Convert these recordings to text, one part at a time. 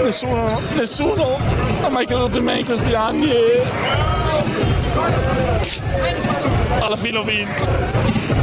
nessuno ha mai creduto in me in questi anni e alla fine ho vinto.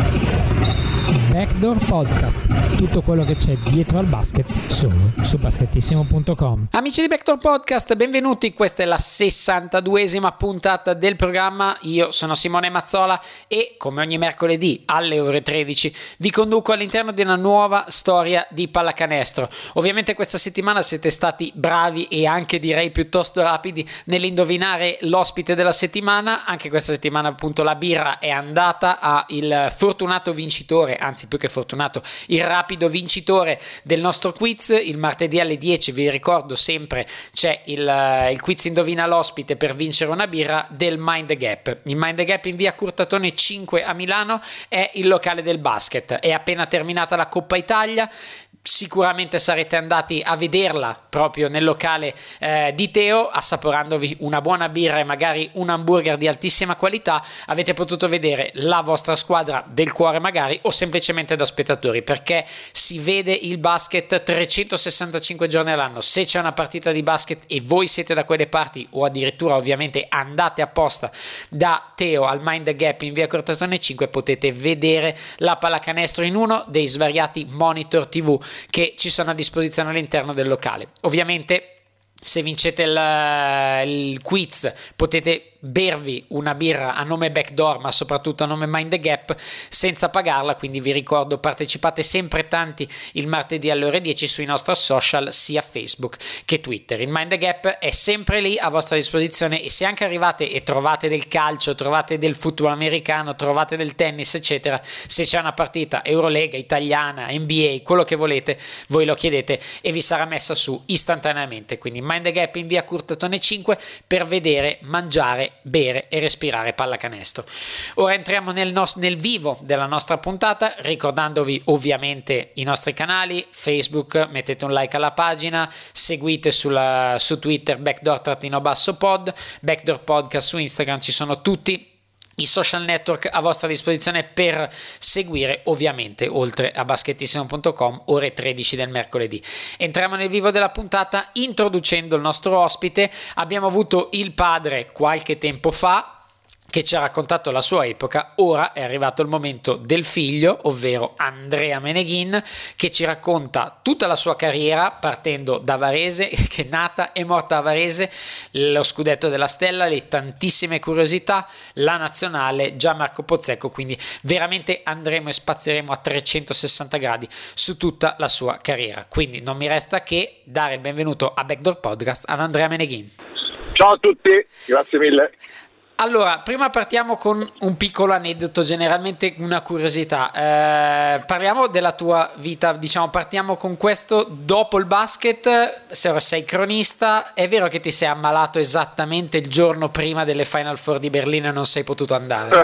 Backdoor Podcast, tutto quello che c'è dietro al basket solo su basketissimo.com. Amici di Backdoor Podcast, benvenuti, questa è la 62esima puntata del programma. Io sono Simone Mazzola e come ogni mercoledì alle ore 13 vi conduco all'interno di una nuova storia di pallacanestro. Ovviamente questa settimana siete stati bravi e anche direi piuttosto rapidi nell'indovinare l'ospite della settimana. Anche questa settimana appunto la birra è andata a il fortunato vincitore, anzi più che fortunato, il rapido vincitore del nostro quiz. Il martedì alle 10 vi ricordo sempre c'è il quiz indovina l'ospite per vincere una birra del Mind the Gap. Il Mind the Gap in via Curtatone 5 a Milano è il locale del basket. È appena terminata la Coppa Italia, sicuramente sarete andati a vederla proprio nel locale di Teo, assaporandovi una buona birra e magari un hamburger di altissima qualità. Avete potuto vedere la vostra squadra del cuore magari, o semplicemente da spettatori, perché si vede il basket 365 giorni all'anno. Se c'è una partita di basket e voi siete da quelle parti, o addirittura ovviamente andate apposta da Teo al Mind the Gap in via Cortatone 5, potete vedere la pallacanestro in uno dei svariati monitor TV che ci sono a disposizione all'interno del locale. Ovviamente se vincete il quiz potete bervi una birra a nome Backdoor, ma soprattutto a nome Mind the Gap, senza pagarla. Quindi vi ricordo, partecipate sempre tanti il martedì alle ore 10 sui nostri social, sia Facebook che Twitter. Il Mind the Gap è sempre lì a vostra disposizione, e se anche arrivate e trovate del calcio, trovate del football americano, trovate del tennis eccetera, se c'è una partita Eurolega, italiana, NBA, quello che volete, voi lo chiedete e vi sarà messa su istantaneamente. Quindi Mind the Gap in via Curtatone 5 per vedere, mangiare, bere e respirare pallacanestro. Ora entriamo nel vivo della nostra puntata, ricordandovi ovviamente i nostri canali Facebook. Mettete un like alla pagina, seguite su Twitter backdoor_pod, Backdoor Podcast su Instagram. Ci sono tutti i social network a vostra disposizione per seguire, ovviamente, oltre a basketissimo.com, ore 13 del mercoledì. Entriamo nel vivo della puntata introducendo il nostro ospite. Abbiamo avuto il padre qualche tempo fa che ci ha raccontato la sua epoca. Ora è arrivato il momento del figlio, ovvero Andrea Meneghin, che ci racconta tutta la sua carriera, partendo da Varese, che è nata e morta a Varese, lo scudetto della Stella, le tantissime curiosità, la nazionale, Gianmarco Pozzecco. Quindi veramente andremo e spazieremo a 360 gradi su tutta la sua carriera. Quindi non mi resta che dare il benvenuto a Backdoor Podcast ad Andrea Meneghin. Ciao a tutti, grazie mille. Allora, prima partiamo con un piccolo aneddoto, generalmente una curiosità. Parliamo della tua vita, diciamo, partiamo con questo. Dopo il basket, se sei cronista, è vero che ti sei ammalato esattamente il giorno prima delle Final Four di Berlino e non sei potuto andare?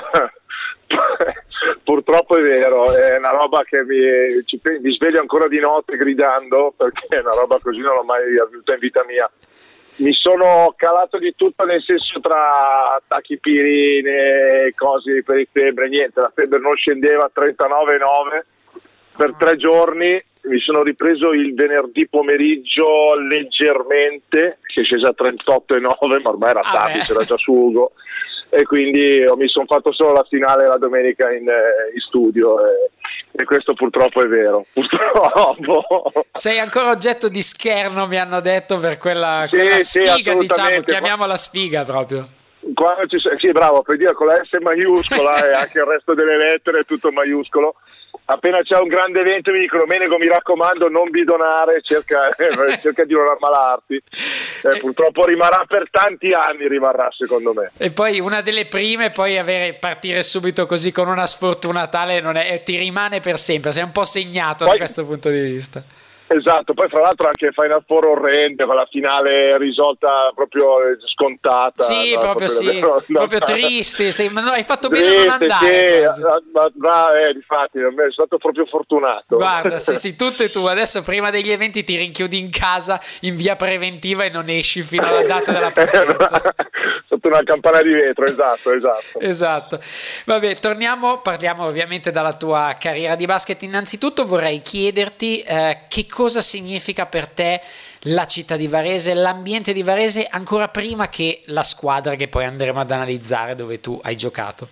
Purtroppo è vero, è una roba che mi sveglio ancora di notte gridando, perché una roba così non l'ho mai avuta in vita mia. Mi sono calato di tutto, nel senso, tra tachipirine, cose per il febbre, niente, la febbre non scendeva a 39,9 per 3 giorni. Mi sono ripreso il venerdì pomeriggio leggermente, che è scesa a 38,9, ma ormai era tardi, c'era già su Ugo, e quindi mi sono fatto solo la finale la domenica in studio, e questo purtroppo è vero, purtroppo. Sei ancora oggetto di scherno, mi hanno detto, per quella sfiga, diciamo, chiamiamola sfiga proprio. Quando sì, bravo, per dire con la S maiuscola e anche il resto delle lettere è tutto maiuscolo. Appena c'è un grande evento mi dicono: Menego, mi raccomando, non bidonare, cerca di non ammalarti. Purtroppo rimarrà per tanti anni, rimarrà secondo me. E poi una delle prime, poi partire subito così con una sfortuna tale ti rimane per sempre, sei un po' segnato da questo punto di vista. Esatto, poi fra l'altro anche Final Four orrende, con la finale risolta proprio scontata. Sì, no? proprio triste, ma no, hai fatto bene triste, a non andare. Sì, difatti, è stato proprio fortunato. Guarda, sì, tutto e tu. Adesso prima degli eventi ti rinchiudi in casa in via preventiva e non esci fino alla data della partenza. tutta una campana di vetro, esatto. Esatto. Vabbè, parliamo ovviamente dalla tua carriera di basket. Innanzitutto vorrei chiederti che cosa significa per te la città di Varese, l'ambiente di Varese, ancora prima che la squadra che poi andremo ad analizzare dove tu hai giocato.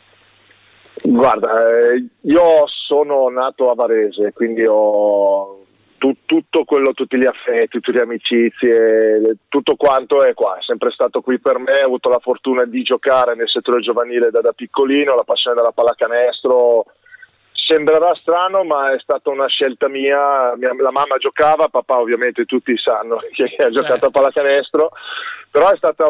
Guarda, io sono nato a Varese, quindi ho tutto quello, tutti gli affetti, tutte le amicizie, tutto quanto è qua, è sempre stato qui per me. Ho avuto la fortuna di giocare nel settore giovanile da piccolino, la passione della pallacanestro. Sembrerà strano, ma è stata una scelta mia. La mamma giocava, papà ovviamente tutti sanno che ha giocato a pallacanestro, però è stata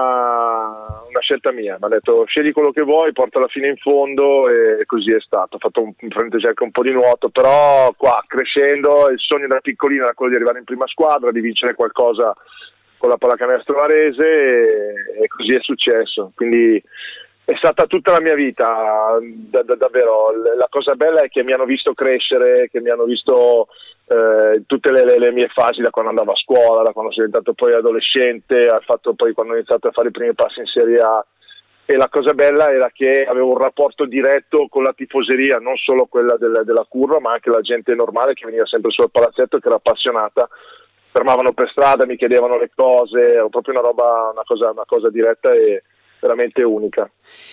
una scelta mia. Mi ha detto scegli quello che vuoi, portala fino in fondo, e così è stato. Ho fatto un po' di nuoto, però qua crescendo il sogno da piccolino era quello di arrivare in prima squadra, di vincere qualcosa con la pallacanestro varese, e così è successo. Quindi è stata tutta la mia vita, davvero. La cosa bella è che mi hanno visto crescere, che mi hanno visto tutte le mie fasi, da quando andavo a scuola, da quando sono diventato poi adolescente, poi quando ho iniziato a fare i primi passi in Serie A. E la cosa bella era che avevo un rapporto diretto con la tifoseria, non solo quella della curva, ma anche la gente normale che veniva sempre sul palazzetto, che era appassionata. Fermavano per strada, mi chiedevano le cose, era proprio una cosa diretta e veramente unica.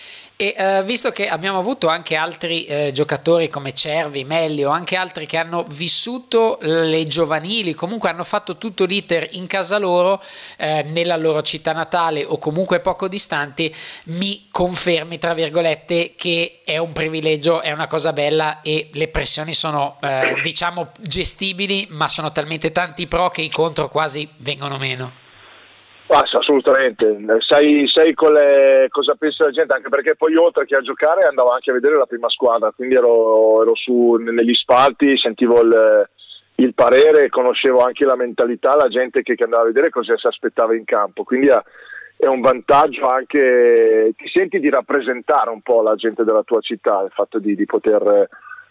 E visto che abbiamo avuto anche altri giocatori come Cervi, Melli, o anche altri che hanno vissuto le giovanili, comunque hanno fatto tutto l'iter in casa loro, nella loro città natale o comunque poco distanti, mi confermi, tra virgolette, che è un privilegio, è una cosa bella, e le pressioni sono diciamo gestibili, ma sono talmente tanti pro che i contro quasi vengono meno. Assolutamente, sai cosa pensa la gente, anche perché poi oltre che a giocare andavo anche a vedere la prima squadra, quindi ero su negli spalti, sentivo il parere, conoscevo anche la mentalità, la gente che andava a vedere cosa si aspettava in campo, quindi è un vantaggio anche, ti senti di rappresentare un po' la gente della tua città, il fatto di poter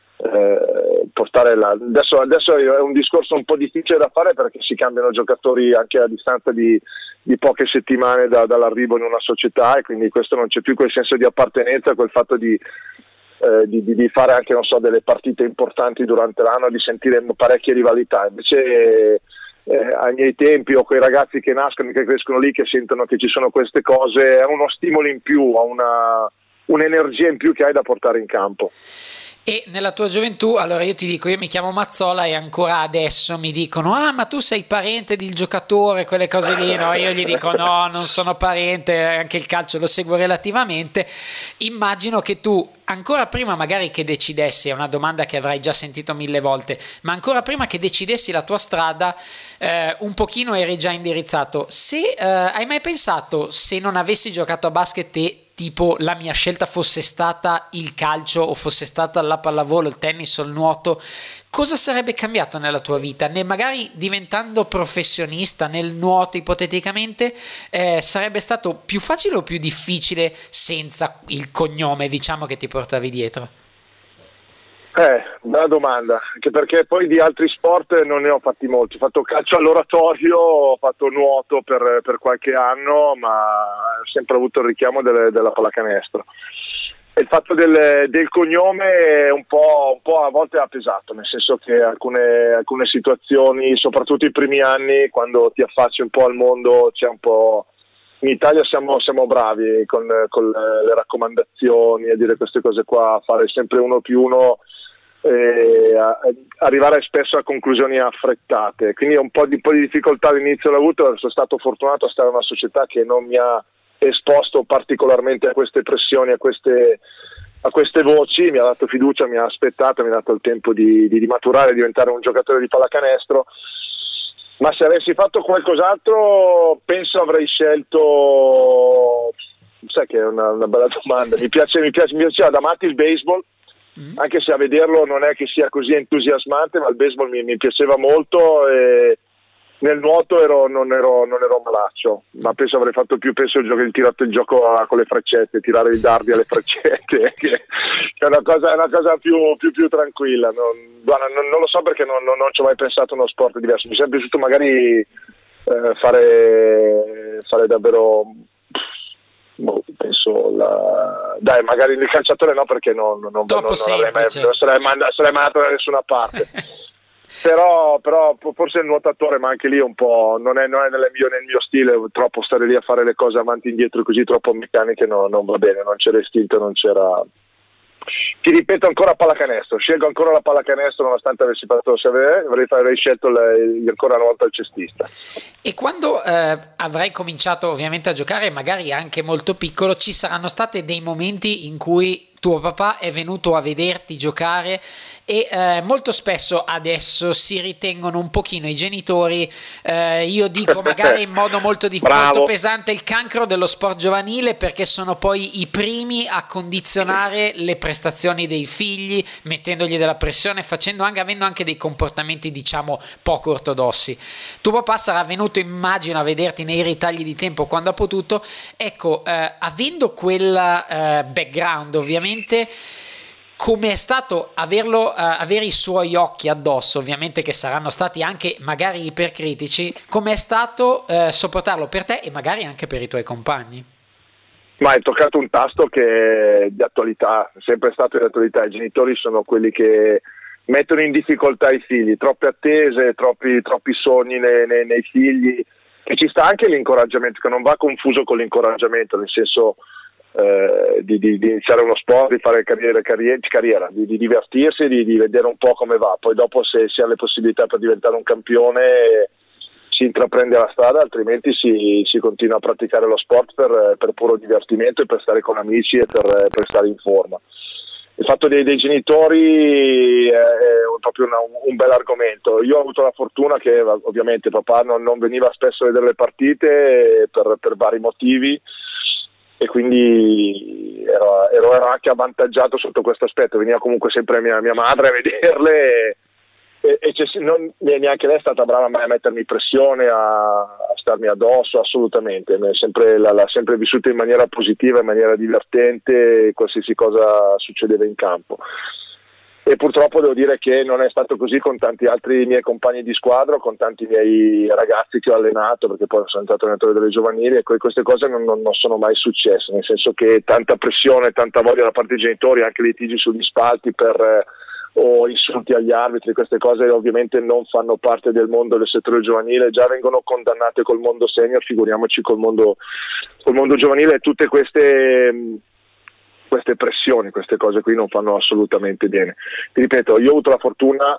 portare adesso è un discorso un po' difficile da fare, perché si cambiano giocatori anche a distanza di poche settimane dall'arrivo in una società, e quindi questo non c'è più quel senso di appartenenza, quel fatto di fare anche delle partite importanti durante l'anno, di sentire parecchie rivalità. Invece ai miei tempi, o quei ragazzi che nascono, che crescono lì, che sentono che ci sono queste cose, è uno stimolo in più, un'energia in più che hai da portare in campo. E nella tua gioventù, allora io ti dico, io mi chiamo Mazzola e ancora adesso mi dicono ma tu sei parente del giocatore, quelle cose lì, no? Io gli dico no, non sono parente, anche il calcio lo seguo relativamente. Immagino che tu, ancora prima magari che decidessi, è una domanda che avrai già sentito 1000 volte, ma ancora prima che decidessi la tua strada, un pochino eri già indirizzato. Hai mai pensato, se non avessi giocato a basket te, tipo la mia scelta fosse stata il calcio, o fosse stata la pallavolo, il tennis o il nuoto, cosa sarebbe cambiato nella tua vita? Magari diventando professionista nel nuoto ipoteticamente, sarebbe stato più facile o più difficile senza il cognome, diciamo, che ti portavi dietro? Bella domanda, anche perché poi di altri sport non ne ho fatti molti. Ho fatto calcio all'oratorio, ho fatto nuoto per qualche anno, ma ho sempre avuto il richiamo della pallacanestro. E il fatto del cognome un po' a volte ha pesato, nel senso che alcune situazioni, soprattutto i primi anni, quando ti affacci un po' al mondo, c'è un po'. In Italia siamo bravi con le raccomandazioni, a dire queste cose qua, a fare sempre 1+1, arrivare spesso a conclusioni affrettate, quindi un po' di difficoltà all'inizio l'ho avuto. Sono stato fortunato a stare in una società che non mi ha esposto particolarmente a queste pressioni, a queste voci, mi ha dato fiducia, mi ha aspettato, mi ha dato il tempo di maturare e diventare un giocatore di pallacanestro. Ma se avessi fatto qualcos'altro, penso avrei scelto, sai che è una bella domanda, mi piaceva da matti il baseball, anche se a vederlo non è che sia così entusiasmante, ma il baseball mi piaceva molto, e nel nuoto non ero malaccio, ma penso avrei fatto più il gioco con le freccette, tirare i dardi alle freccette, che è una cosa più tranquilla. Non lo so, perché non ci ho mai pensato a uno sport diverso. Mi è sempre piaciuto magari fare davvero penso dai, magari il calciatore no, perché non sarei mandato da nessuna parte. però forse il nuotatore, ma anche lì un po' non è nel mio stile, troppo stare lì a fare le cose avanti e indietro così, troppo meccaniche, non va bene, non c'era istinto, non c'era. Ti ripeto ancora pallacanestro, scelgo ancora la pallacanestro nonostante avessi fatto, se avrei scelto ancora una volta il cestista. E quando avrai cominciato ovviamente a giocare, magari anche molto piccolo, ci saranno stati dei momenti in cui tuo papà è venuto a vederti giocare e molto spesso adesso si ritengono un pochino i genitori, io dico magari in modo molto pesante, il cancro dello sport giovanile, perché sono poi i primi a condizionare le prestazioni dei figli, mettendogli della pressione, avendo anche dei comportamenti diciamo poco ortodossi. Tuo papà sarà venuto, immagino, a vederti nei ritagli di tempo quando ha potuto. Ecco, avendo quel background ovviamente, come è stato avere i suoi occhi addosso, ovviamente, che saranno stati anche magari ipercritici, come è stato sopportarlo per te e magari anche per i tuoi compagni? Ma hai toccato un tasto che è di attualità, sempre stato di attualità. I genitori sono quelli che mettono in difficoltà i figli, troppe attese, troppi sogni nei figli, e ci sta anche l'incoraggiamento, che non va confuso con l'incoraggiamento, nel senso di iniziare uno sport, di fare carriera, di divertirsi, di vedere un po' come va, poi dopo se si ha le possibilità per diventare un campione si intraprende la strada, altrimenti si continua a praticare lo sport per puro divertimento e per stare con amici e per stare in forma. Il fatto dei genitori è proprio un bel argomento. Io ho avuto la fortuna che ovviamente papà non veniva spesso a vedere le partite per vari motivi, e quindi ero anche avvantaggiato sotto questo aspetto. Veniva comunque sempre mia madre a vederle e neanche lei è stata brava a mettermi pressione, a starmi addosso, assolutamente. L'ha sempre vissuta in maniera positiva, in maniera divertente, qualsiasi cosa succedeva in campo. E purtroppo devo dire che non è stato così con tanti altri miei compagni di squadra, con tanti miei ragazzi che ho allenato, perché poi sono stato allenatore delle giovanili, e queste cose non sono mai successe, nel senso che tanta pressione, tanta voglia da parte dei genitori, anche litigi sugli spalti o insulti agli arbitri, queste cose ovviamente non fanno parte del mondo del settore giovanile, già vengono condannate col mondo senior, figuriamoci col mondo giovanile. E tutte queste pressioni, queste cose qui non fanno assolutamente bene. Ti ripeto, io ho avuto la fortuna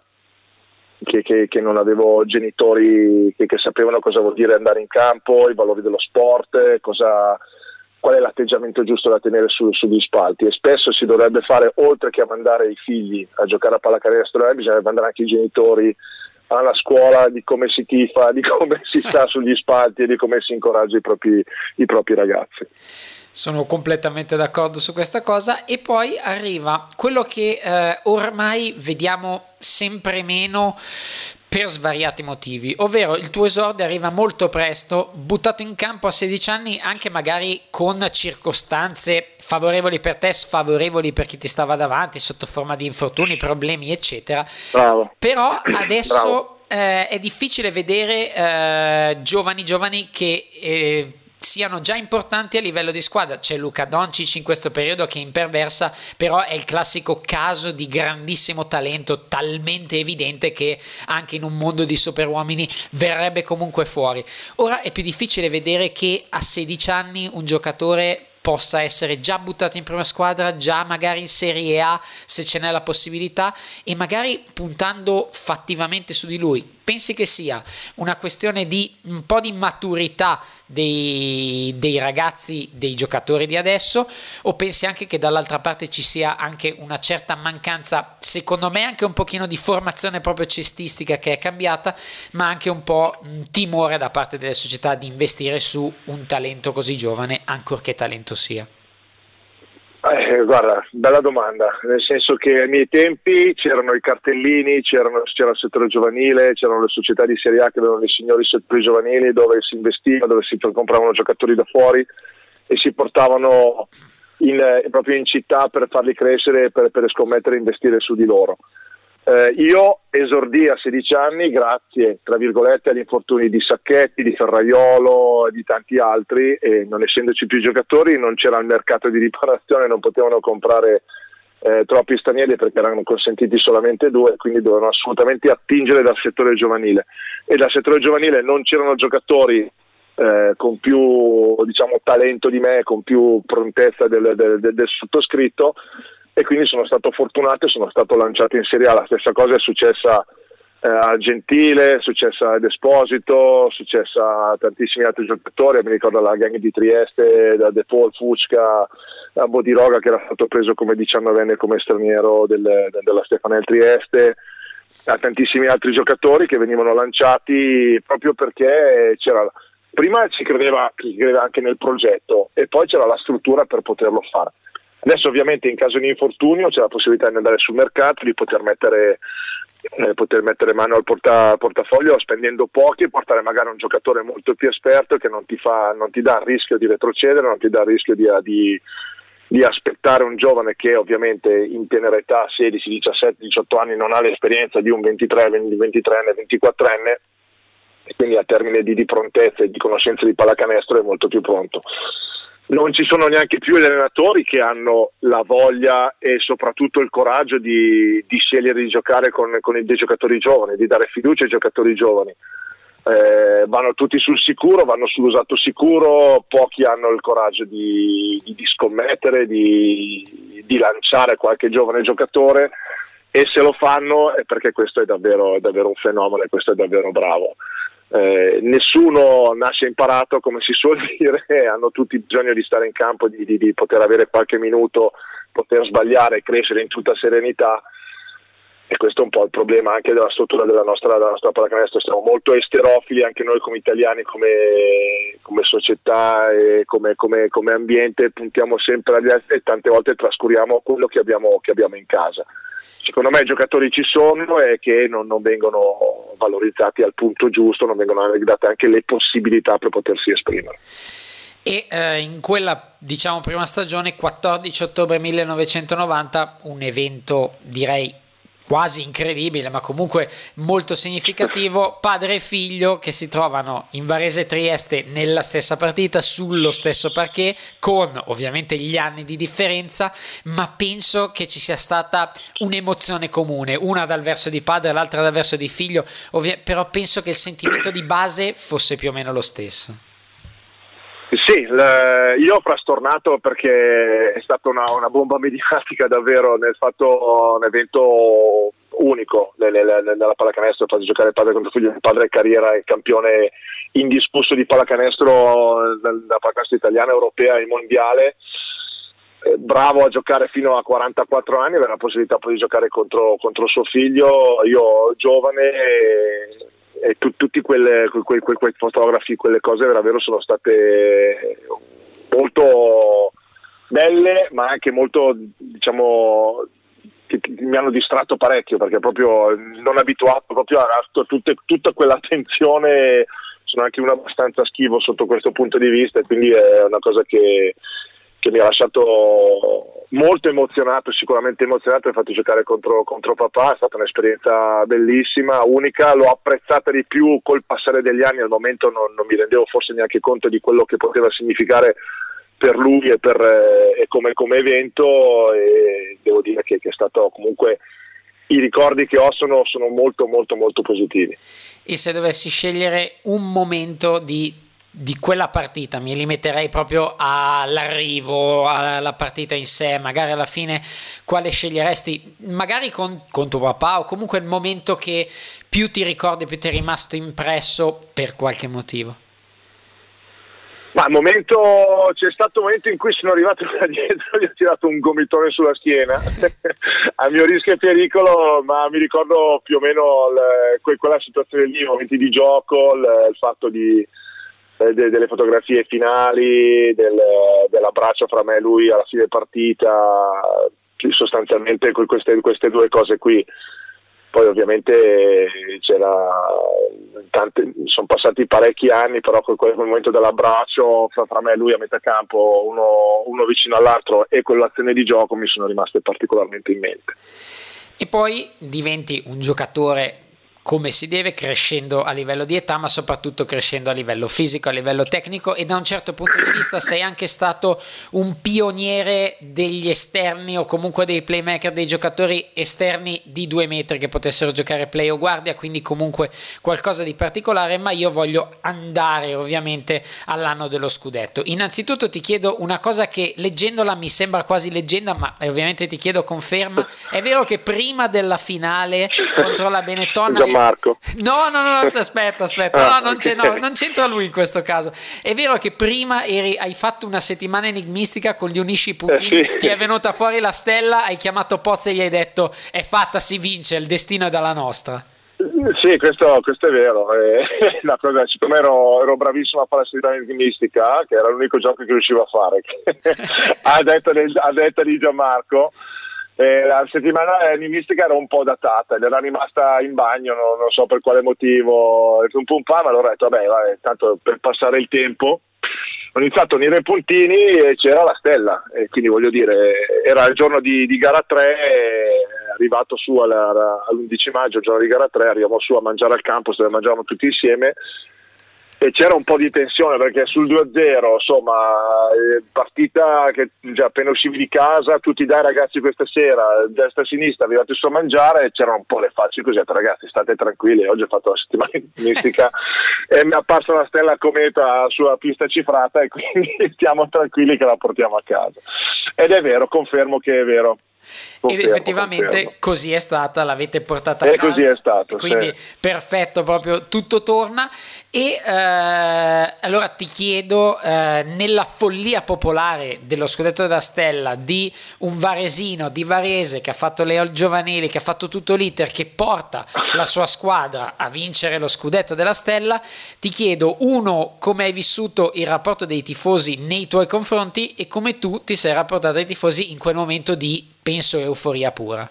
che non avevo genitori che sapevano cosa vuol dire andare in campo, i valori dello sport, qual è l'atteggiamento giusto da tenere sugli spalti, e spesso si dovrebbe fare, oltre che a mandare i figli a giocare a pallacanestro, bisogna mandare anche i genitori alla scuola di come si tifa, di come si sta sugli spalti e di come si incoraggia i propri ragazzi. Sono completamente d'accordo su questa cosa. E poi arriva quello che ormai vediamo sempre meno per svariati motivi, ovvero il tuo esordio arriva molto presto, buttato in campo a 16 anni, anche magari con circostanze favorevoli per te, sfavorevoli per chi ti stava davanti, sotto forma di infortuni, problemi, eccetera. Bravo. Però adesso Bravo. È difficile vedere giovani che siano già importanti a livello di squadra. C'è Luka Doncic in questo periodo che imperversa, però è il classico caso di grandissimo talento, talmente evidente che anche in un mondo di superuomini verrebbe comunque fuori. Ora è più difficile vedere che a 16 anni un giocatore possa essere già buttato in prima squadra, già magari in Serie A se ce n'è la possibilità, e magari puntando fattivamente su di lui. Pensi che sia una questione di un po' di maturità dei ragazzi, dei giocatori di adesso, o pensi anche che dall'altra parte ci sia anche una certa mancanza, secondo me anche un pochino di formazione proprio cestistica che è cambiata, ma anche un po' un timore da parte delle società di investire su un talento così giovane, ancorché talento sia? Guarda, bella domanda, nel senso che ai miei tempi c'erano i cartellini, c'era il settore giovanile, c'erano le società di Serie A che avevano i signori settori giovanili dove si investiva, dove si compravano giocatori da fuori e si portavano proprio in città per farli crescere, per scommettere e investire su di loro. Io esordii a 16 anni grazie, tra virgolette, agli infortuni di Sacchetti, di Ferraiolo e di tanti altri, e non essendoci più giocatori non c'era il mercato di riparazione, non potevano comprare troppi stranieri perché erano consentiti solamente 2, quindi dovevano assolutamente attingere dal settore giovanile, e dal settore giovanile non c'erano giocatori con più, diciamo, talento di me, con più prontezza del sottoscritto, e quindi sono stato fortunato e sono stato lanciato in Serie A. La stessa cosa è successa a Gentile, è successa ad Esposito, è successa a tantissimi altri giocatori. Mi ricordo la gang di Trieste, da De Paul, Fucca, a Bodiroga, che era stato preso come 19enne come straniero della Stefanel Trieste, a tantissimi altri giocatori che venivano lanciati proprio perché prima si credeva anche nel progetto, e poi c'era la struttura per poterlo fare. Adesso ovviamente in caso di infortunio c'è la possibilità di andare sul mercato, di poter mettere mano al portafoglio spendendo pochi, e portare magari un giocatore molto più esperto che non ti dà il rischio di retrocedere, non ti dà il rischio di aspettare un giovane che ovviamente in tenera età, 16, 17, 18 anni, non ha l'esperienza di un 23enne, 24enne, e quindi a termine di prontezza e di conoscenza di pallacanestro è molto più pronto. Non ci sono neanche più gli allenatori che hanno la voglia e soprattutto il coraggio di scegliere di giocare con dei giocatori giovani, di dare fiducia ai giocatori giovani. Vanno tutti sul sicuro, vanno sull'usato sicuro, pochi hanno il coraggio di scommettere, di lanciare qualche giovane giocatore, e se lo fanno è perché questo è davvero un fenomeno, e questo è davvero bravo. Nessuno nasce imparato, come si suol dire, hanno tutti bisogno di stare in campo, di poter avere qualche minuto, poter sbagliare, crescere in tutta serenità, e questo è un po' il problema anche della struttura della nostra pallacanestro. Siamo molto esterofili anche noi come italiani, come società e come ambiente, puntiamo sempre agli altri e tante volte trascuriamo quello che abbiamo in casa. Secondo me i giocatori ci sono, e che non vengono valorizzati al punto giusto, non vengono date anche le possibilità per potersi esprimere. E in quella, diciamo, prima stagione, 14 ottobre 1990, un evento direi quasi incredibile, ma comunque molto significativo, padre e figlio che si trovano in Varese Trieste nella stessa partita, sullo stesso parquet, con ovviamente gli anni di differenza, ma penso che ci sia stata un'emozione comune, una dal verso di padre, l'altra dal verso di figlio, però penso che il sentimento di base fosse più o meno lo stesso. Sì, io ho frastornato perché è stata una bomba mediatica davvero, nel fatto un evento unico nella pallacanestro, fatto giocare padre contro figlio, il padre carriera e campione indiscusso di pallacanestro della pallacanestro italiana, europea e mondiale, bravo a giocare fino a 44 anni, aveva la possibilità poi di giocare contro suo figlio, io giovane, e tutti quei fotografi, quelle cose davvero sono state molto belle, ma anche molto, diciamo, che mi hanno distratto parecchio, perché proprio non abituato proprio a tutta quell'attenzione. Sono anche uno abbastanza schivo sotto questo punto di vista, e quindi è una cosa che mi ha lasciato molto emozionato, sicuramente emozionato. Mi ha fatto giocare contro papà, è stata un'esperienza bellissima, unica, l'ho apprezzata di più col passare degli anni. Al momento non mi rendevo forse neanche conto di quello che poteva significare per lui e come evento, e devo dire che è stato comunque, i ricordi che ho sono molto molto molto positivi. E se dovessi scegliere un momento di quella partita, mi limiterei proprio all'arrivo, alla partita in sé, magari alla fine, quale sceglieresti? Magari con tuo papà, o comunque il momento che più ti ricordi, più ti è rimasto impresso per qualche motivo? Ma c'è stato un momento in cui sono arrivato da dietro, gli ho tirato un gomitone sulla schiena a mio rischio e pericolo, ma mi ricordo più o meno quella situazione lì, i momenti di gioco, il fatto delle fotografie finali, dell'abbraccio fra me e lui alla fine partita, sostanzialmente queste due cose qui. Poi ovviamente sono passati parecchi anni, però quel momento dell'abbraccio fra me e lui a metà campo, uno vicino all'altro, e quell'azione di gioco mi sono rimaste particolarmente in mente. e poi diventi un giocatore come si deve, crescendo a livello di età, ma soprattutto crescendo a livello fisico, a livello tecnico, e da un certo punto di vista sei anche stato un pioniere degli esterni o comunque dei playmaker, dei giocatori esterni di 2 metri che potessero giocare play o guardia, quindi comunque qualcosa di particolare. Ma io voglio andare ovviamente all'anno dello scudetto. Innanzitutto ti chiedo una cosa che leggendola mi sembra quasi leggenda, ma ovviamente ti chiedo conferma: è vero che prima della finale contro la Benetton Marco. No, aspetta, no, non c'entra lui in questo caso. È vero che prima hai fatto una settimana enigmistica con gli Unisci i puntini, sì. Ti è venuta fuori la stella, hai chiamato Pozzo e gli hai detto è fatta, si vince, il destino è dalla nostra. Sì, questo è vero. Una cosa, siccome ero bravissimo a fare la settimana enigmistica, che era l'unico gioco che riuscivo a fare, a detta di Gianmarco, la settimana enigmistica era un po' datata ed era rimasta in bagno, non so per quale motivo, ma allora ho detto vabbè, tanto per passare il tempo ho iniziato a unire i puntini e c'era la stella, e quindi voglio dire, era il giorno di gara 3, arrivato su all'11 maggio, il giorno di gara 3, arriviamo su a mangiare al campo, se ne mangiavamo tutti insieme. E c'era un po' di tensione perché sul 2-0, insomma, partita che già appena uscivi di casa, tutti dai ragazzi questa sera, destra e sinistra, arrivati su a mangiare, c'erano un po' le facce così, ho detto ragazzi state tranquilli, oggi ho fatto la settimana mistica e mi è apparsa la stella cometa sulla pista cifrata e quindi stiamo tranquilli che la portiamo a casa. Ed è vero, confermo che è vero. Ed effettivamente così è stata, l'avete portata a casa, così è stato, quindi sì. Perfetto, proprio tutto torna. E allora ti chiedo, nella follia popolare dello scudetto della stella, di un varesino di Varese che ha fatto le giovanili, che ha fatto tutto l'iter, che porta la sua squadra a vincere lo scudetto della stella, ti chiedo come hai vissuto il rapporto dei tifosi nei tuoi confronti e come tu ti sei rapportato ai tifosi in quel momento di, penso, euforia pura.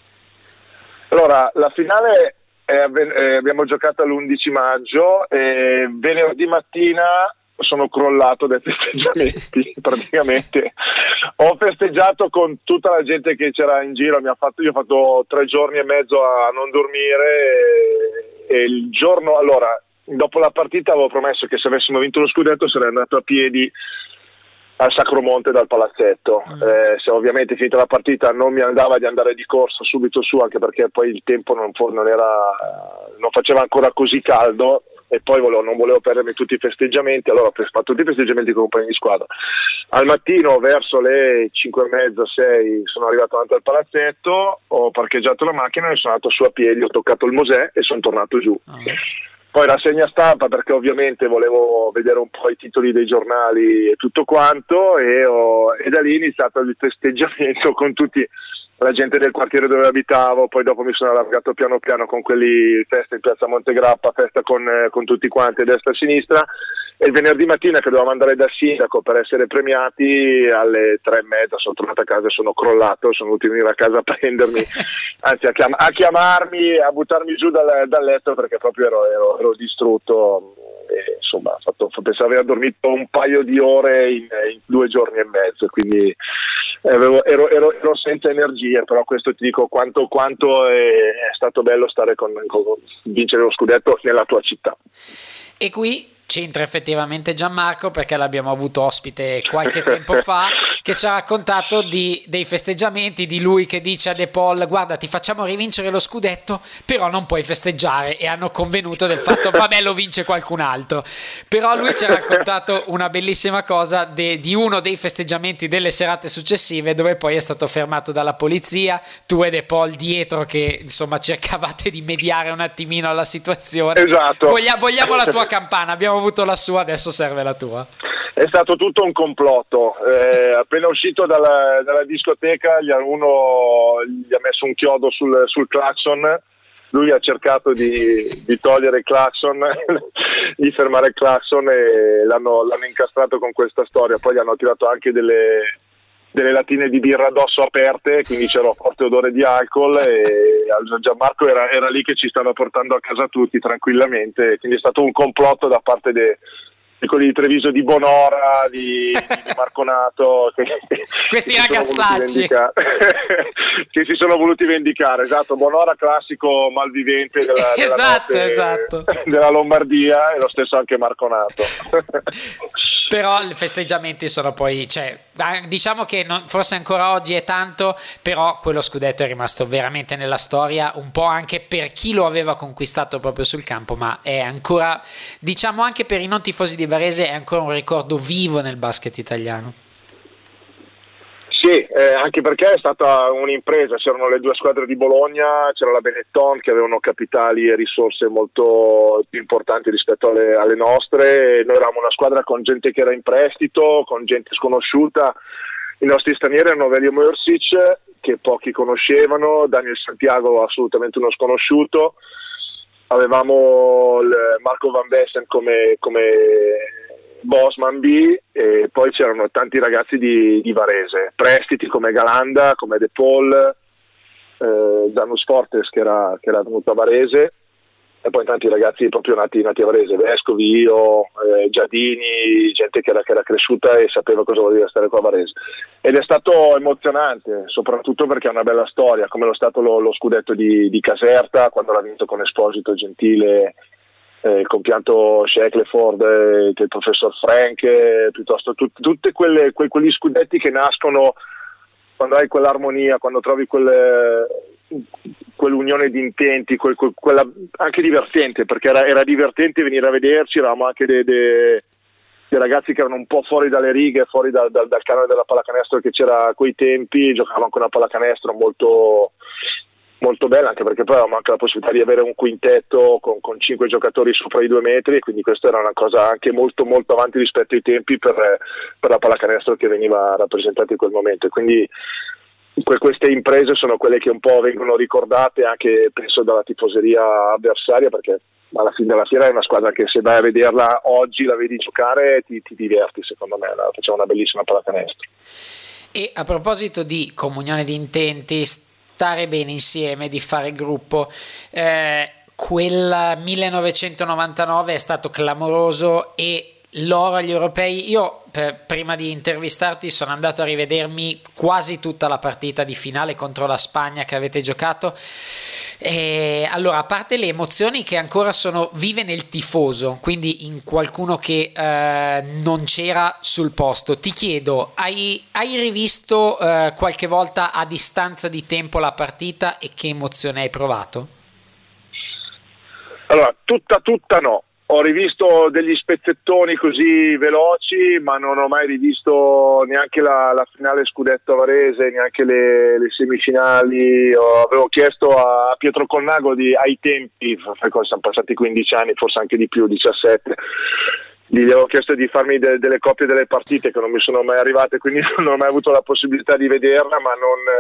Allora, la finale abbiamo giocato l'11 maggio e venerdì mattina sono crollato dai festeggiamenti. Praticamente ho festeggiato con tutta la gente che c'era in giro. Io ho fatto 3 giorni e mezzo a non dormire e il giorno, allora, dopo la partita avevo promesso che se avessimo vinto lo scudetto sarei andato a piedi al Sacromonte dal palazzetto. Se ovviamente finita la partita non mi andava di andare di corsa subito su, anche perché poi il tempo non faceva ancora così caldo e poi non volevo perdermi tutti i festeggiamenti, allora ho fatto tutti i festeggiamenti con i compagni di squadra. Al mattino verso le 5:30, 6 sono arrivato davanti al palazzetto, ho parcheggiato la macchina e sono andato su a piedi, ho toccato il Mosè e sono tornato giù. Poi rassegna stampa, perché ovviamente volevo vedere un po' i titoli dei giornali e tutto quanto, e da lì è iniziato il festeggiamento con tutti la gente del quartiere dove abitavo. Poi dopo mi sono allargato piano piano con quelli, festa in piazza Montegrappa, festa con tutti quanti a destra e a sinistra, e il venerdì mattina che dovevamo andare dal sindaco per essere premiati alle 3:30 sono tornato a casa e sono crollato, sono venuto venire a casa a prendermi, anzi a chiamarmi, a buttarmi giù dal letto perché proprio ero distrutto. E, insomma, pensavo di aver dormito un paio di ore in 2 giorni e mezzo, quindi ero senza energie, però questo ti dico quanto è stato bello stare con vincere lo scudetto nella tua città. E qui c'entra effettivamente Gianmarco, perché l'abbiamo avuto ospite qualche tempo fa, che ci ha raccontato dei festeggiamenti, di lui che dice a De Paul guarda ti facciamo rivincere lo scudetto però non puoi festeggiare, e hanno convenuto del fatto vabbè lo vince qualcun altro. Però lui ci ha raccontato una bellissima cosa di uno dei festeggiamenti delle serate successive, dove poi è stato fermato dalla polizia, tu e De Paul dietro che insomma cercavate di mediare un attimino la situazione. Esatto. Vogliamo la tua campana, abbiamo avuto la sua, adesso serve la tua. È stato tutto un complotto. Appena uscito dalla discoteca uno gli ha messo un chiodo sul clacson, lui ha cercato di togliere il clacson, di fermare il clacson, e l'hanno incastrato con questa storia. Poi gli hanno tirato anche delle latine di birra addosso aperte, quindi c'era forte odore di alcol, e Gianmarco era lì che ci stava portando a casa tutti tranquillamente, quindi è stato un complotto da parte di quelli di Treviso, di Bonora, di Marconato, questi ragazzacci che si sono voluti vendicare. Esatto, Bonora classico malvivente esatto. della Lombardia, e lo stesso anche Marconato. Però i festeggiamenti sono poi, diciamo che forse ancora oggi è tanto, però quello scudetto è rimasto veramente nella storia, un po' anche per chi lo aveva conquistato proprio sul campo, ma è ancora, diciamo anche per i non tifosi di Varese, è ancora un ricordo vivo nel basket italiano. Sì, anche perché è stata un'impresa, c'erano le due squadre di Bologna, c'era la Benetton che avevano capitali e risorse molto più importanti rispetto alle nostre, noi eravamo una squadra con gente che era in prestito, con gente sconosciuta. I nostri stranieri erano Velio Mursic, che pochi conoscevano, Daniel Santiago, assolutamente uno sconosciuto, avevamo Marco Van Vessen come Bosman B, e poi c'erano tanti ragazzi di Varese, prestiti come Galanda, come De Paul, Danus Fortes che era venuto a Varese, e poi tanti ragazzi proprio nati a Varese, Vescovi, io, Giardini, gente che era cresciuta e sapeva cosa vuol dire stare qua a Varese, ed è stato emozionante soprattutto perché è una bella storia, come lo stato lo scudetto di Caserta quando l'ha vinto con Esposito, Gentile, il compianto Shackleford, il professor Frank, piuttosto tutti quegli scudetti che nascono quando hai quell'armonia, quando trovi quell'unione di intenti, quella anche divertente, perché era divertente venire a vederci, eravamo anche dei ragazzi che erano un po' fuori dalle righe, fuori dal canone della pallacanestro che c'era a quei tempi, giocavamo con una pallacanestro molto molto bella, anche perché poi avevamo anche la possibilità di avere un quintetto con 5 giocatori sopra i 2 metri, e quindi questa era una cosa anche molto molto avanti rispetto ai tempi per la pallacanestro che veniva rappresentata in quel momento, e quindi queste imprese sono quelle che un po' vengono ricordate anche, penso, dalla tifoseria avversaria, perché alla fine della fiera è una squadra che se vai a vederla oggi, la vedi giocare, ti diverti, secondo me, facciamo una bellissima pallacanestro. E a proposito di comunione di intenti, stare bene insieme, di fare gruppo, quel 1999 è stato clamoroso, e l'oro agli europei, io prima di intervistarti sono andato a rivedermi quasi tutta la partita di finale contro la Spagna che avete giocato, e allora, a parte le emozioni che ancora sono vive nel tifoso, quindi in qualcuno che non c'era sul posto, ti chiedo, hai rivisto qualche volta a distanza di tempo la partita, e che emozione hai provato? Allora, tutta no. Ho rivisto degli spezzettoni così veloci, ma non ho mai rivisto neanche la finale scudetto a Varese, neanche le semifinali. Avevo chiesto a Pietro Colnago ai tempi, sono passati 15 anni, forse anche di più, 17, gli avevo chiesto di farmi delle copie delle partite che non mi sono mai arrivate, quindi non ho mai avuto la possibilità di vederla, ma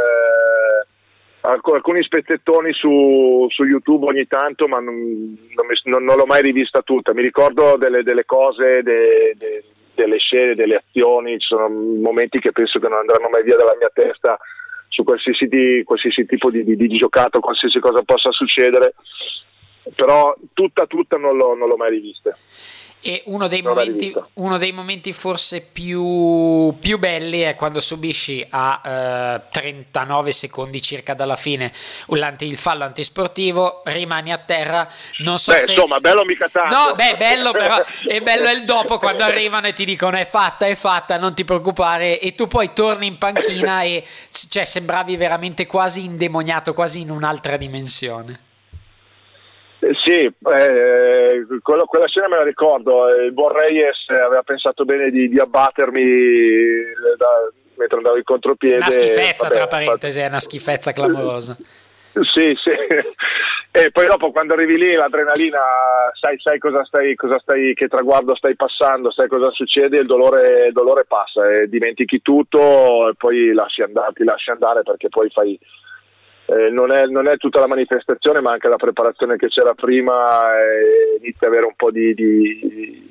alcuni spezzettoni su YouTube ogni tanto, ma non l'ho mai rivista tutta. Mi ricordo delle cose, delle scene, delle azioni, ci sono momenti che penso che non andranno mai via dalla mia testa su qualsiasi tipo di giocato, qualsiasi cosa possa succedere, però tutta non l'ho mai rivista. E uno dei momenti forse più belli è quando subisci a 39 secondi circa dalla fine il fallo antisportivo, rimani a terra, non so se insomma bello mica tanto. No, bello, però è bello il dopo, quando arrivano e ti dicono è fatta, non ti preoccupare, e tu poi torni in panchina e sembravi veramente quasi indemoniato, quasi in un'altra dimensione. Sì, quella scena me la ricordo. Il buon Reyes aveva pensato bene di abbattermi mentre andavo in contropiede. Una schifezza, tra parentesi, è una schifezza clamorosa. Sì. E poi dopo, quando arrivi lì, l'adrenalina, sai cosa stai, che traguardo stai passando, sai cosa succede, il dolore passa e dimentichi tutto, e poi ti lasci andare, perché poi fai. Non è tutta la manifestazione, ma anche la preparazione che c'era prima, inizia ad avere un po' di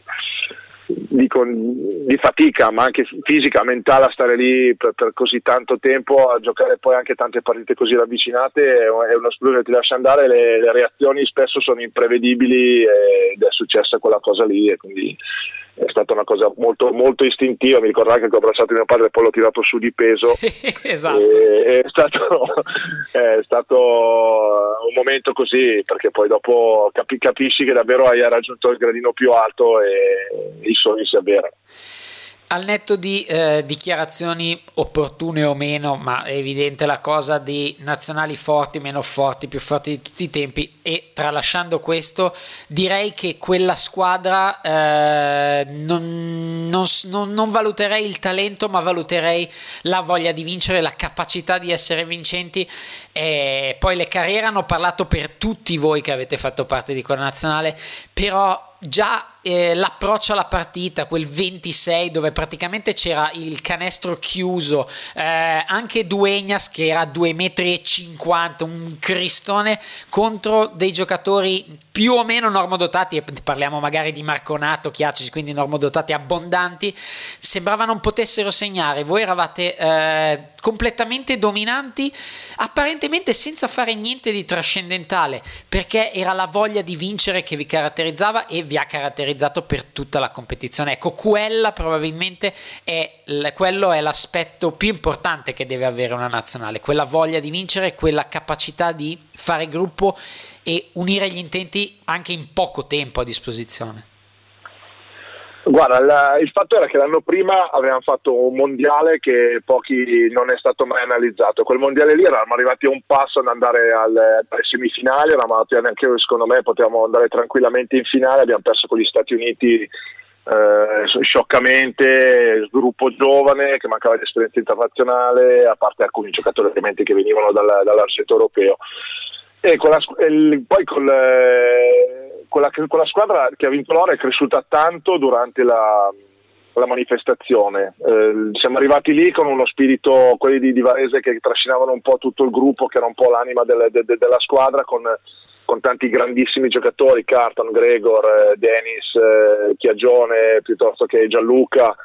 fatica, ma anche fisica, mentale, a stare lì per così tanto tempo, a giocare poi anche tante partite così ravvicinate, è uno esplosione che ti lascia andare, le reazioni spesso sono imprevedibili, ed è successa quella cosa lì, e quindi è stata una cosa molto, molto istintiva. Mi ricordo anche che ho abbracciato mio padre e poi l'ho tirato su di peso. Sì, esatto. È stato un momento così, perché poi dopo capisci che davvero hai raggiunto il gradino più alto e i sogni si avverano. Al netto di dichiarazioni opportune o meno, ma è evidente la cosa di nazionali forti, meno forti, più forti di tutti i tempi, e tralasciando questo, direi che quella squadra non valuterei il talento, ma valuterei la voglia di vincere, la capacità di essere vincenti. E poi le carriere hanno parlato per tutti voi che avete fatto parte di quella nazionale, però già l'approccio alla partita, quel 26 dove praticamente c'era il canestro chiuso, anche Dueñas che era 2,50 m, un cristone contro dei giocatori più o meno normodotati, e parliamo magari di Marconato, Chiacici, quindi normodotati abbondanti, sembrava non potessero segnare. Voi eravate completamente dominanti, apparentemente senza fare niente di trascendentale, perché era la voglia di vincere che vi caratterizzava e vi ha caratterizzato per tutta la competizione. Ecco, quella probabilmente quello è l'aspetto più importante che deve avere una nazionale, quella voglia di vincere, quella capacità di fare gruppo e unire gli intenti anche in poco tempo a disposizione. Guarda, il fatto era che l'anno prima avevamo fatto un mondiale che pochi non è stato mai analizzato. Quel mondiale lì eravamo arrivati a un passo ad andare alle semifinali, eravamo andati anche, secondo me potevamo andare tranquillamente in finale, abbiamo perso con gli Stati Uniti scioccamente, gruppo giovane che mancava di esperienza internazionale, a parte alcuni giocatori ovviamente che venivano dall'arcetto europeo. E poi con la squadra che ha vinto l'oro è cresciuta tanto durante la manifestazione. Siamo arrivati lì con uno spirito, quelli di Varese, che trascinavano un po' tutto il gruppo, che era un po' l'anima della squadra, con tanti grandissimi giocatori, Carton, Gregor, Dennis, Chiagione, piuttosto che Gianluca,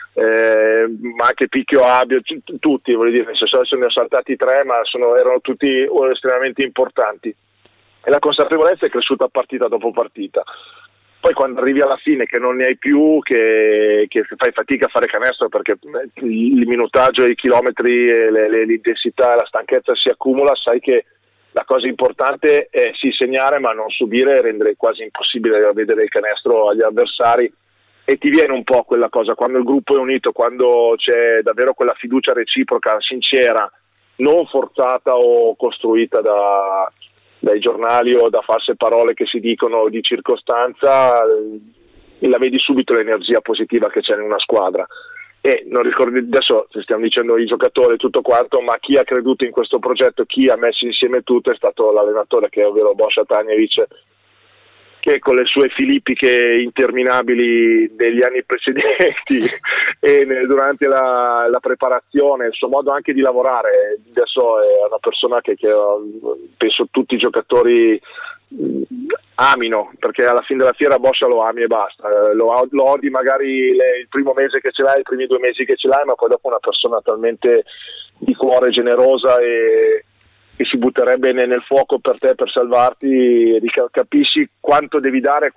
ma anche Picchio, Abio, tutti, voglio dire, nel senso, ne ho saltati tre, ma erano tutti estremamente importanti, e la consapevolezza è cresciuta partita dopo partita. Poi quando arrivi alla fine che non ne hai più, che fai fatica a fare canestro perché il minutaggio, i chilometri, l'intensità e la stanchezza si accumula, sai che la cosa importante è sì segnare, ma non subire e rendere quasi impossibile vedere il canestro agli avversari. E ti viene un po' quella cosa, quando il gruppo è unito, quando c'è davvero quella fiducia reciproca, sincera, non forzata o costruita dai giornali o da false parole che si dicono di circostanza, e la vedi subito l'energia positiva che c'è in una squadra. E non ricordo, adesso stiamo dicendo i giocatori e tutto quanto, ma chi ha creduto in questo progetto, chi ha messo insieme tutto, è stato l'allenatore, che è ovvero Boscia Tanjevic, che con le sue filippiche interminabili degli anni precedenti e durante la preparazione, il suo modo anche di lavorare, adesso è una persona che penso tutti i giocatori amino, perché alla fine della fiera Boscia lo ami e basta, lo odi magari il primo mese che ce l'hai, i primi 2 mesi che ce l'hai, ma poi dopo una persona talmente di cuore, generosa e che si butterebbe nel fuoco per te, per salvarti, capisci quanto devi dare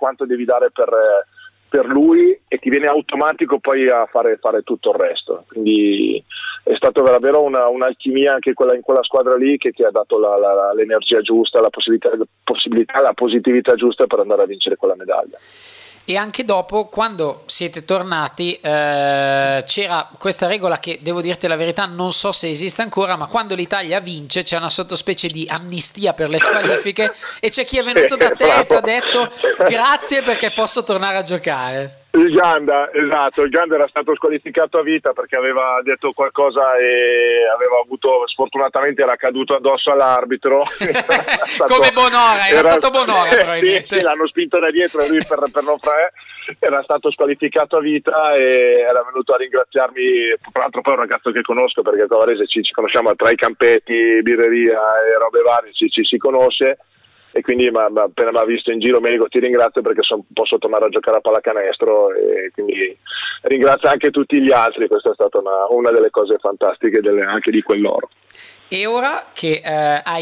per lui, e ti viene automatico poi a fare tutto il resto. Quindi è stato davvero un'alchimia anche in quella squadra lì, che ti ha dato l'energia giusta, la possibilità, la positività giusta per andare a vincere quella medaglia. E anche dopo, quando siete tornati, c'era questa regola che, devo dirti la verità, non so se esiste ancora, ma quando l'Italia vince c'è una sottospecie di amnistia per le squalifiche e c'è chi è venuto da te e ti ha detto grazie perché posso tornare a giocare. Il Ganda, esatto, il Ganda era stato squalificato a vita perché aveva detto qualcosa e aveva avuto, sfortunatamente era caduto addosso all'arbitro. Come Bonora, era stato Bonora probabilmente. Sì, l'hanno spinto da dietro lui per non fare, era stato squalificato a vita e era venuto a ringraziarmi, tra l'altro poi è un ragazzo che conosco perché a Varese ci conosciamo tra i campetti, birreria e robe varie, ci si conosce. E quindi appena mi ha visto in giro mi dico ti ringrazio perché posso tornare a giocare a pallacanestro, e quindi ringrazio anche tutti gli altri. Questa è stata una delle cose fantastiche anche di quell'oro. E ora che hai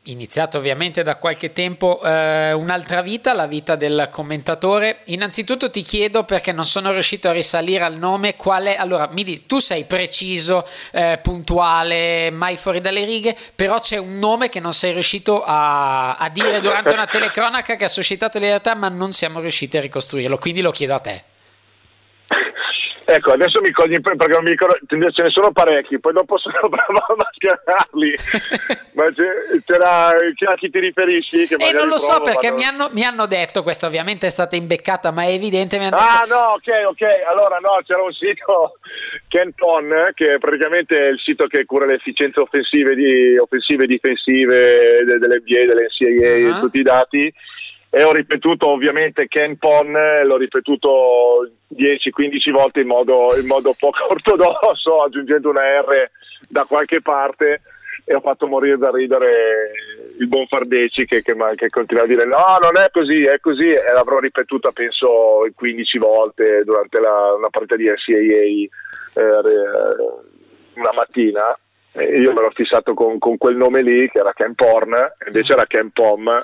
iniziato ovviamente da qualche tempo un'altra vita, la vita del commentatore. Innanzitutto ti chiedo, perché non sono riuscito a risalire al nome, qual è, allora mi dici, tu sei preciso, puntuale, mai fuori dalle righe, però c'è un nome che non sei riuscito a dire durante una telecronaca che ha suscitato l'idea, ma non siamo riusciti a ricostruirlo, quindi lo chiedo a te. Ecco, adesso mi cogli perché non mi ricordo, ce ne sono parecchi, poi dopo sono bravo a mascherarli. Ma c'era a chi ti riferisci? Che non lo so, perché mi hanno detto, questa ovviamente è stata imbeccata, ma è evidente. No, ok. Allora no, c'era un sito, KenPom, che praticamente è il sito che cura le efficienze offensive e difensive dell'NBA, dell'NCAA, tutti i dati. E ho ripetuto ovviamente KenPom, l'ho ripetuto 10-15 volte in modo poco ortodosso, aggiungendo una R da qualche parte, e ho fatto morire da ridere il buon Fardeci che continua a dire no, non è così, è così, e l'avrò ripetuta penso 15 volte durante una partita di NCAA una mattina. Io me l'ho fissato con quel nome lì che era KenPom, invece era KenPom.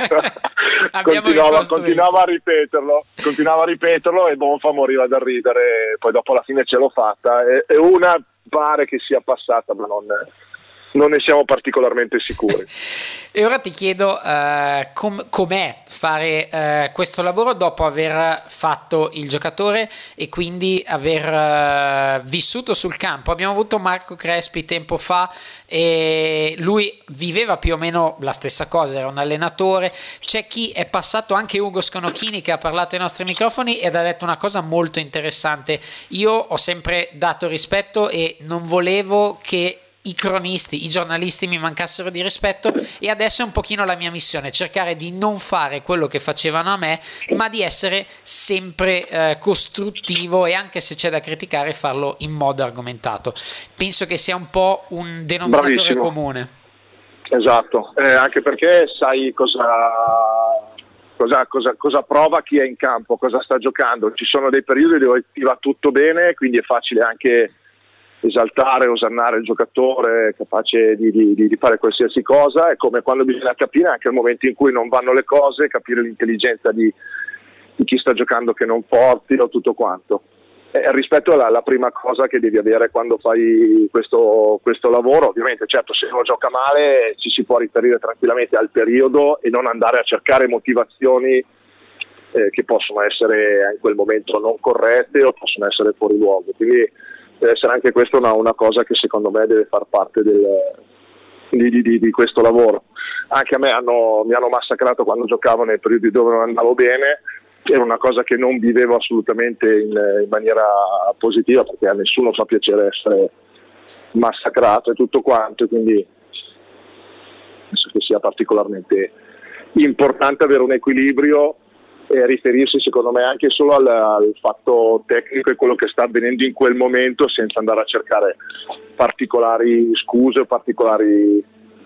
continuava a ripeterlo e Bonfa moriva da ridere. Poi dopo alla fine ce l'ho fatta e una pare che sia passata, ma non ne siamo particolarmente sicuri. E ora ti chiedo com'è fare questo lavoro dopo aver fatto il giocatore e quindi aver vissuto sul campo. Abbiamo avuto Marco Crespi tempo fa e lui viveva più o meno la stessa cosa, era un allenatore. C'è chi è passato, anche Ugo Sconocchini, che ha parlato ai nostri microfoni ed ha detto una cosa molto interessante. Io ho sempre dato rispetto e non volevo che i cronisti, i giornalisti mi mancassero di rispetto, e adesso è un pochino la mia missione, cercare di non fare quello che facevano a me, ma di essere sempre costruttivo, e anche se c'è da criticare farlo in modo argomentato. Penso che sia un po' un denominatore Bravissimo. Comune. Esatto, anche perché sai cosa prova chi è in campo, cosa sta giocando. Ci sono dei periodi dove ti va tutto bene, quindi è facile anche esaltare, osannare il giocatore capace di fare qualsiasi cosa. È come quando bisogna capire anche il momento in cui non vanno le cose, capire l'intelligenza di chi sta giocando che non porti o tutto quanto. Rispetto alla prima cosa che devi avere quando fai questo lavoro, ovviamente certo se uno gioca male ci si può riferire tranquillamente al periodo e non andare a cercare motivazioni che possono essere in quel momento non corrette o possono essere fuori luogo. Quindi deve essere anche questa una cosa che secondo me deve far parte di questo lavoro. Anche a me mi hanno massacrato quando giocavo nei periodi dove non andavo bene. Era una cosa che non vivevo assolutamente in maniera positiva, perché a nessuno fa piacere essere massacrato e tutto quanto, quindi penso che sia particolarmente importante avere un equilibrio e riferirsi secondo me anche solo al fatto tecnico e quello che sta avvenendo in quel momento, senza andare a cercare particolari scuse o particolari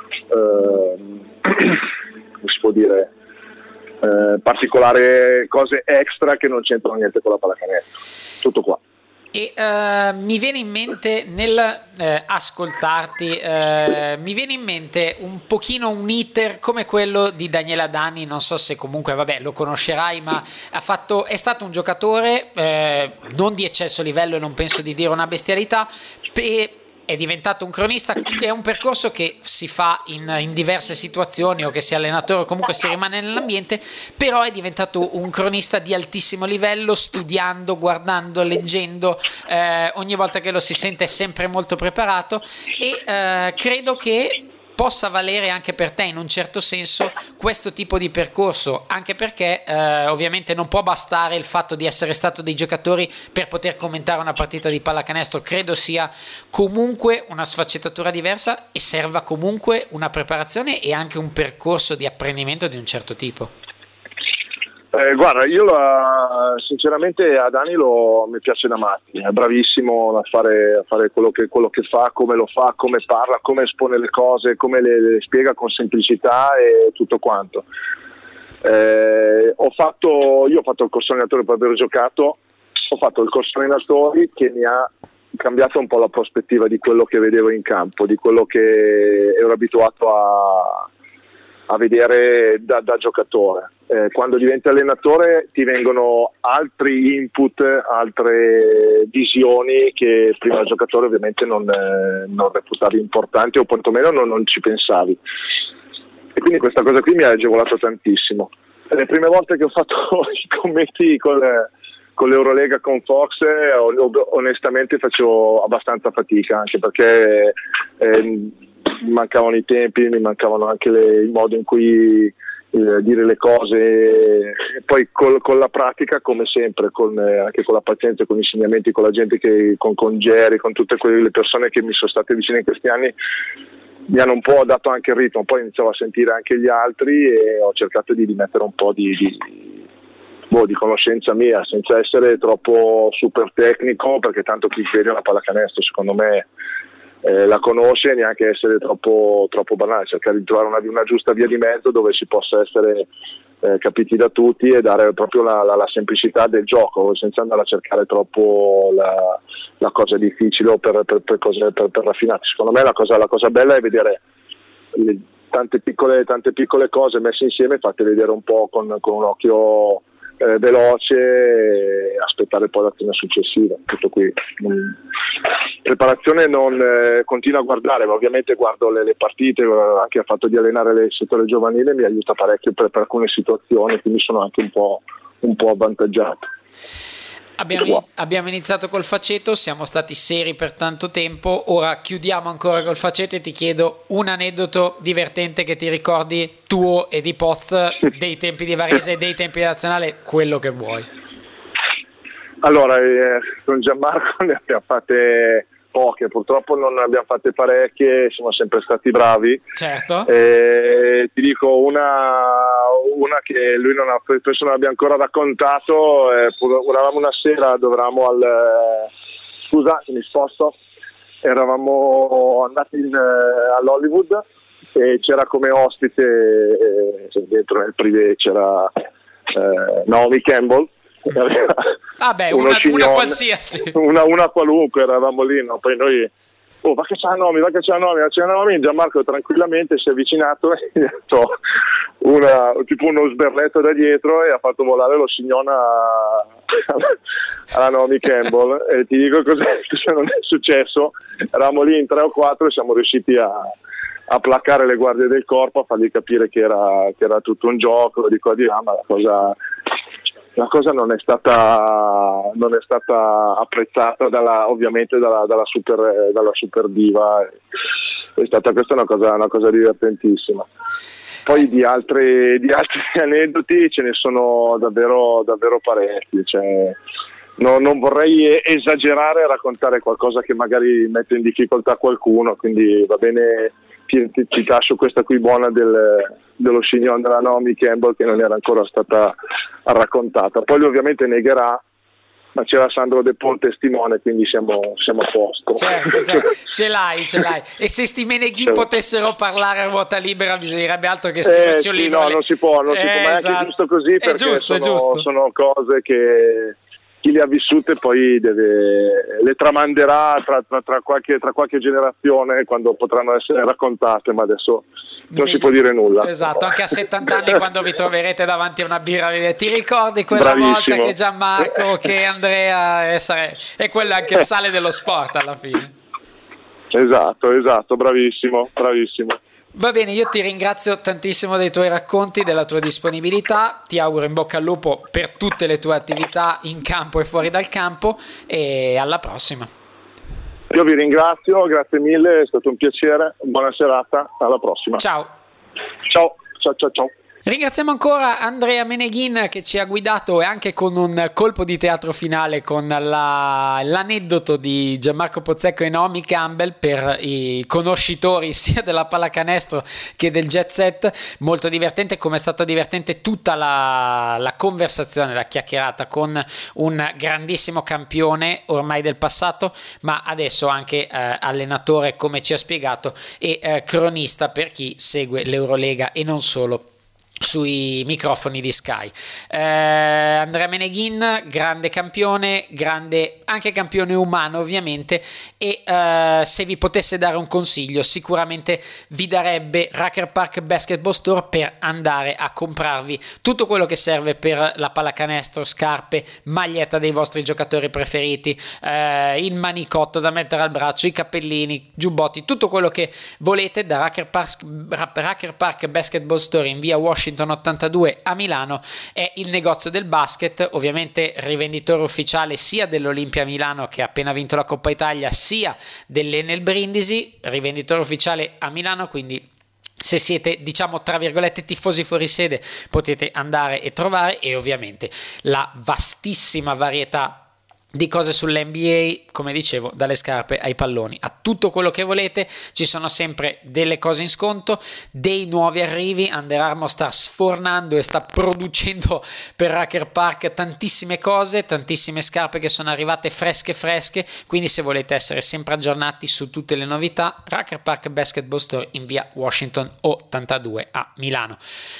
come si può dire, particolari cose extra che non c'entrano niente con la pallacanestro. Tutto qua. E mi viene in mente nel ascoltarti, mi viene in mente un pochino un iter come quello di Daniele Adani. Non so se comunque lo conoscerai, ma è stato un giocatore non di eccesso livello, e non penso di dire una bestialità, è diventato un cronista, che è un percorso che si fa in diverse situazioni, o che sia allenatore o comunque si rimane nell'ambiente, però è diventato un cronista di altissimo livello, studiando, guardando, leggendo, ogni volta che lo si sente è sempre molto preparato, e credo che possa valere anche per te in un certo senso questo tipo di percorso, anche perché ovviamente non può bastare il fatto di essere stato dei giocatori per poter commentare una partita di pallacanestro. Credo sia comunque una sfaccettatura diversa e serva comunque una preparazione e anche un percorso di apprendimento di un certo tipo. Guarda, io sinceramente a Dani mi piace da matti, è bravissimo a fare quello che fa, come lo fa, come parla, come espone le cose, come le spiega con semplicità e tutto quanto. Io ho fatto il corso allenatori per aver giocato, ho fatto il corso allenatori che mi ha cambiato un po' la prospettiva di quello che vedevo in campo, di quello che ero abituato a vedere da giocatore. Quando diventi allenatore ti vengono altri input, altre visioni che prima da giocatore ovviamente non reputavi importanti, o quantomeno non ci pensavi, e quindi questa cosa qui mi ha agevolato tantissimo. Le prime volte che ho fatto i commenti con l'Eurolega con Fox, onestamente facevo abbastanza fatica, anche perché mi mancavano i tempi, mi mancavano anche il modo in cui dire le cose, e poi con la pratica, come sempre, anche con la pazienza, con gli insegnamenti, con la gente con Jerry, con tutte quelle persone che mi sono state vicine in questi anni, mi hanno un po' dato anche il ritmo. Poi iniziavo a sentire anche gli altri e ho cercato di rimettere un po' di conoscenza mia, senza essere troppo super tecnico, perché tanto chi vede una pallacanestro secondo me la conosce, e neanche essere troppo banale, cercare di trovare una giusta via di mezzo dove si possa essere capiti da tutti e dare proprio la semplicità del gioco, senza andare a cercare troppo la cosa difficile o per raffinarsi. Secondo me la cosa bella è vedere tante piccole cose messe insieme, fatte vedere un po' con un occhio veloce, e aspettare poi l'azione successiva. Tutto qui. Preparazione non continuo a guardare, ma ovviamente guardo le partite, anche il fatto di allenare il settore giovanile mi aiuta parecchio per alcune situazioni, quindi sono anche un po' avvantaggiato. Abbiamo iniziato col faceto, siamo stati seri per tanto tempo, ora chiudiamo ancora col faceto e ti chiedo un aneddoto divertente che ti ricordi tuo e di Poz, dei tempi di Varese, dei tempi di Nazionale, quello che vuoi. Allora, con Gianmarco ne abbiamo fatte poche, purtroppo non ne abbiamo fatte parecchie, siamo sempre stati bravi. Certo. Ti dico una che lui penso non abbia ancora raccontato. Eravamo una sera, eravamo andati all'Hollywood e c'era come ospite dentro nel privé c'era Naomi Campbell. Una qualsiasi, una qualunque, eravamo lì, no? Poi noi va che c'è la Naomi, Gianmarco tranquillamente si è avvicinato e gli ha detto tipo uno sberletto da dietro e ha fatto volare lo signona alla Naomi Campbell. E ti dico cosa non è successo, eravamo lì in 3 o 4 e siamo riusciti a placare le guardie del corpo, a fargli capire che era tutto un gioco di qua di là, ma la cosa non è stata apprezzata ovviamente dalla super diva. È stata questa una cosa divertentissima. Poi di altri aneddoti ce ne sono davvero parecchi, cioè, non vorrei esagerare e raccontare qualcosa che magari mette in difficoltà qualcuno, quindi va bene, ti lascio questa qui buona dello scignon della Naomi Campbell, che non era ancora stata raccontata. Poi lui ovviamente negherà, ma c'era Sandro De Paul testimone, quindi siamo a posto. Certo, ce l'hai. E se sti Meneghin potessero parlare a ruota libera, bisognerebbe altro che scriverci un libro. No, non si può, ma è anche giusto così, perché sono cose che chi le ha vissute poi le tramanderà tra qualche generazione, quando potranno essere raccontate, ma adesso non si può dire nulla. Esatto, anche a 70 anni quando vi troverete davanti a una birra, ti ricordi quella volta che Gianmarco, che Andrea e quello è anche il sale dello sport alla fine. Esatto, bravissimo. Va bene, io ti ringrazio tantissimo dei tuoi racconti, della tua disponibilità, ti auguro in bocca al lupo per tutte le tue attività in campo e fuori dal campo, e alla prossima. Io vi ringrazio, grazie mille, è stato un piacere, buona serata, alla prossima. Ciao. Ringraziamo ancora Andrea Meneghin che ci ha guidato, e anche con un colpo di teatro finale con l'aneddoto di Gianmarco Pozzecco e Naomi Campbell, per i conoscitori sia della pallacanestro che del jet set. Molto divertente, come è stata divertente tutta la conversazione, la chiacchierata con un grandissimo campione ormai del passato, ma adesso anche allenatore, come ci ha spiegato, e cronista per chi segue l'Eurolega e non solo sui microfoni di Sky. Andrea Meneghin, grande campione, grande anche campione umano ovviamente, e se vi potesse dare un consiglio sicuramente vi darebbe Rucker Park Basketball Store per andare a comprarvi tutto quello che serve per la pallacanestro, scarpe, maglietta dei vostri giocatori preferiti, il manicotto da mettere al braccio, i cappellini, giubbotti, tutto quello che volete da Rucker Park Basketball Store in via Washington 82 a Milano. È il negozio del basket, ovviamente rivenditore ufficiale sia dell'Olimpia Milano, che ha appena vinto la Coppa Italia, sia dell'Enel Brindisi, rivenditore ufficiale a Milano, quindi se siete, diciamo, tra virgolette tifosi fuori sede potete andare e trovare, e ovviamente la vastissima varietà di cose sull'NBA, come dicevo, dalle scarpe ai palloni a tutto quello che volete. Ci sono sempre delle cose in sconto, dei nuovi arrivi. Under Armour sta sfornando e sta producendo per Rucker Park tantissime cose, tantissime scarpe che sono arrivate fresche, quindi se volete essere sempre aggiornati su tutte le novità, Rucker Park Basketball Store in via Washington 82 a Milano.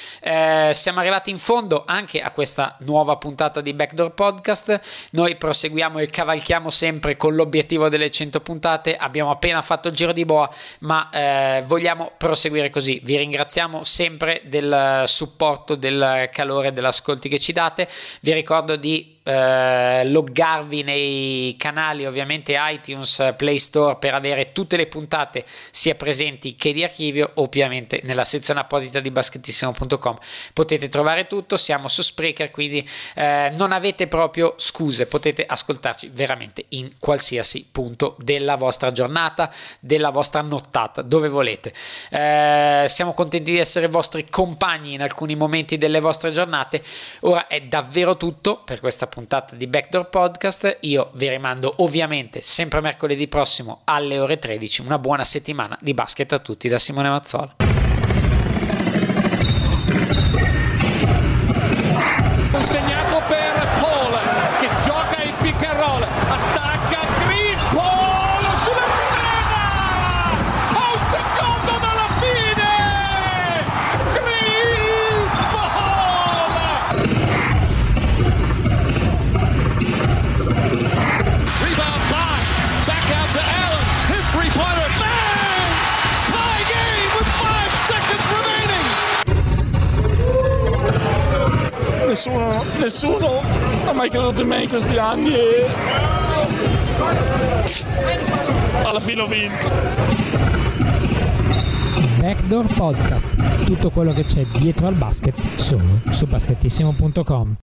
Siamo arrivati in fondo anche a questa nuova puntata di Backdoor Podcast. Noi proseguiamo e cavalchiamo sempre con l'obiettivo delle 100 puntate. Abbiamo appena fatto il giro di boa, ma vogliamo proseguire così. Vi ringraziamo sempre del supporto, del calore, dell'ascolti che ci date. Vi ricordo di loggarvi nei canali, ovviamente iTunes, Play Store, per avere tutte le puntate sia presenti che di archivio. Ovviamente nella sezione apposita di basketissimo.com potete trovare tutto. Siamo su Spreaker, quindi non avete proprio scuse, potete ascoltarci veramente in qualsiasi punto della vostra giornata, della vostra nottata, dove volete. Siamo contenti di essere vostri compagni in alcuni momenti delle vostre giornate. Ora è davvero tutto per questa puntata di Backdoor Podcast. Io vi rimando ovviamente sempre mercoledì prossimo alle ore 13. Una buona settimana di basket a tutti da Simone Mazzola. Segnato per Paul, che gioca il pick and roll, attacca Green, Paul sulla sfera, a un secondo dalla fine, Chris Paul. Rebound pass, back out to Allen, his three-pointer, bang! Tie game with 5 seconds remaining. Nessuno ha mai creduto in me in questi anni e alla fine ho vinto. Backdoor Podcast, tutto quello che c'è dietro al basket solo su basketissimo.com.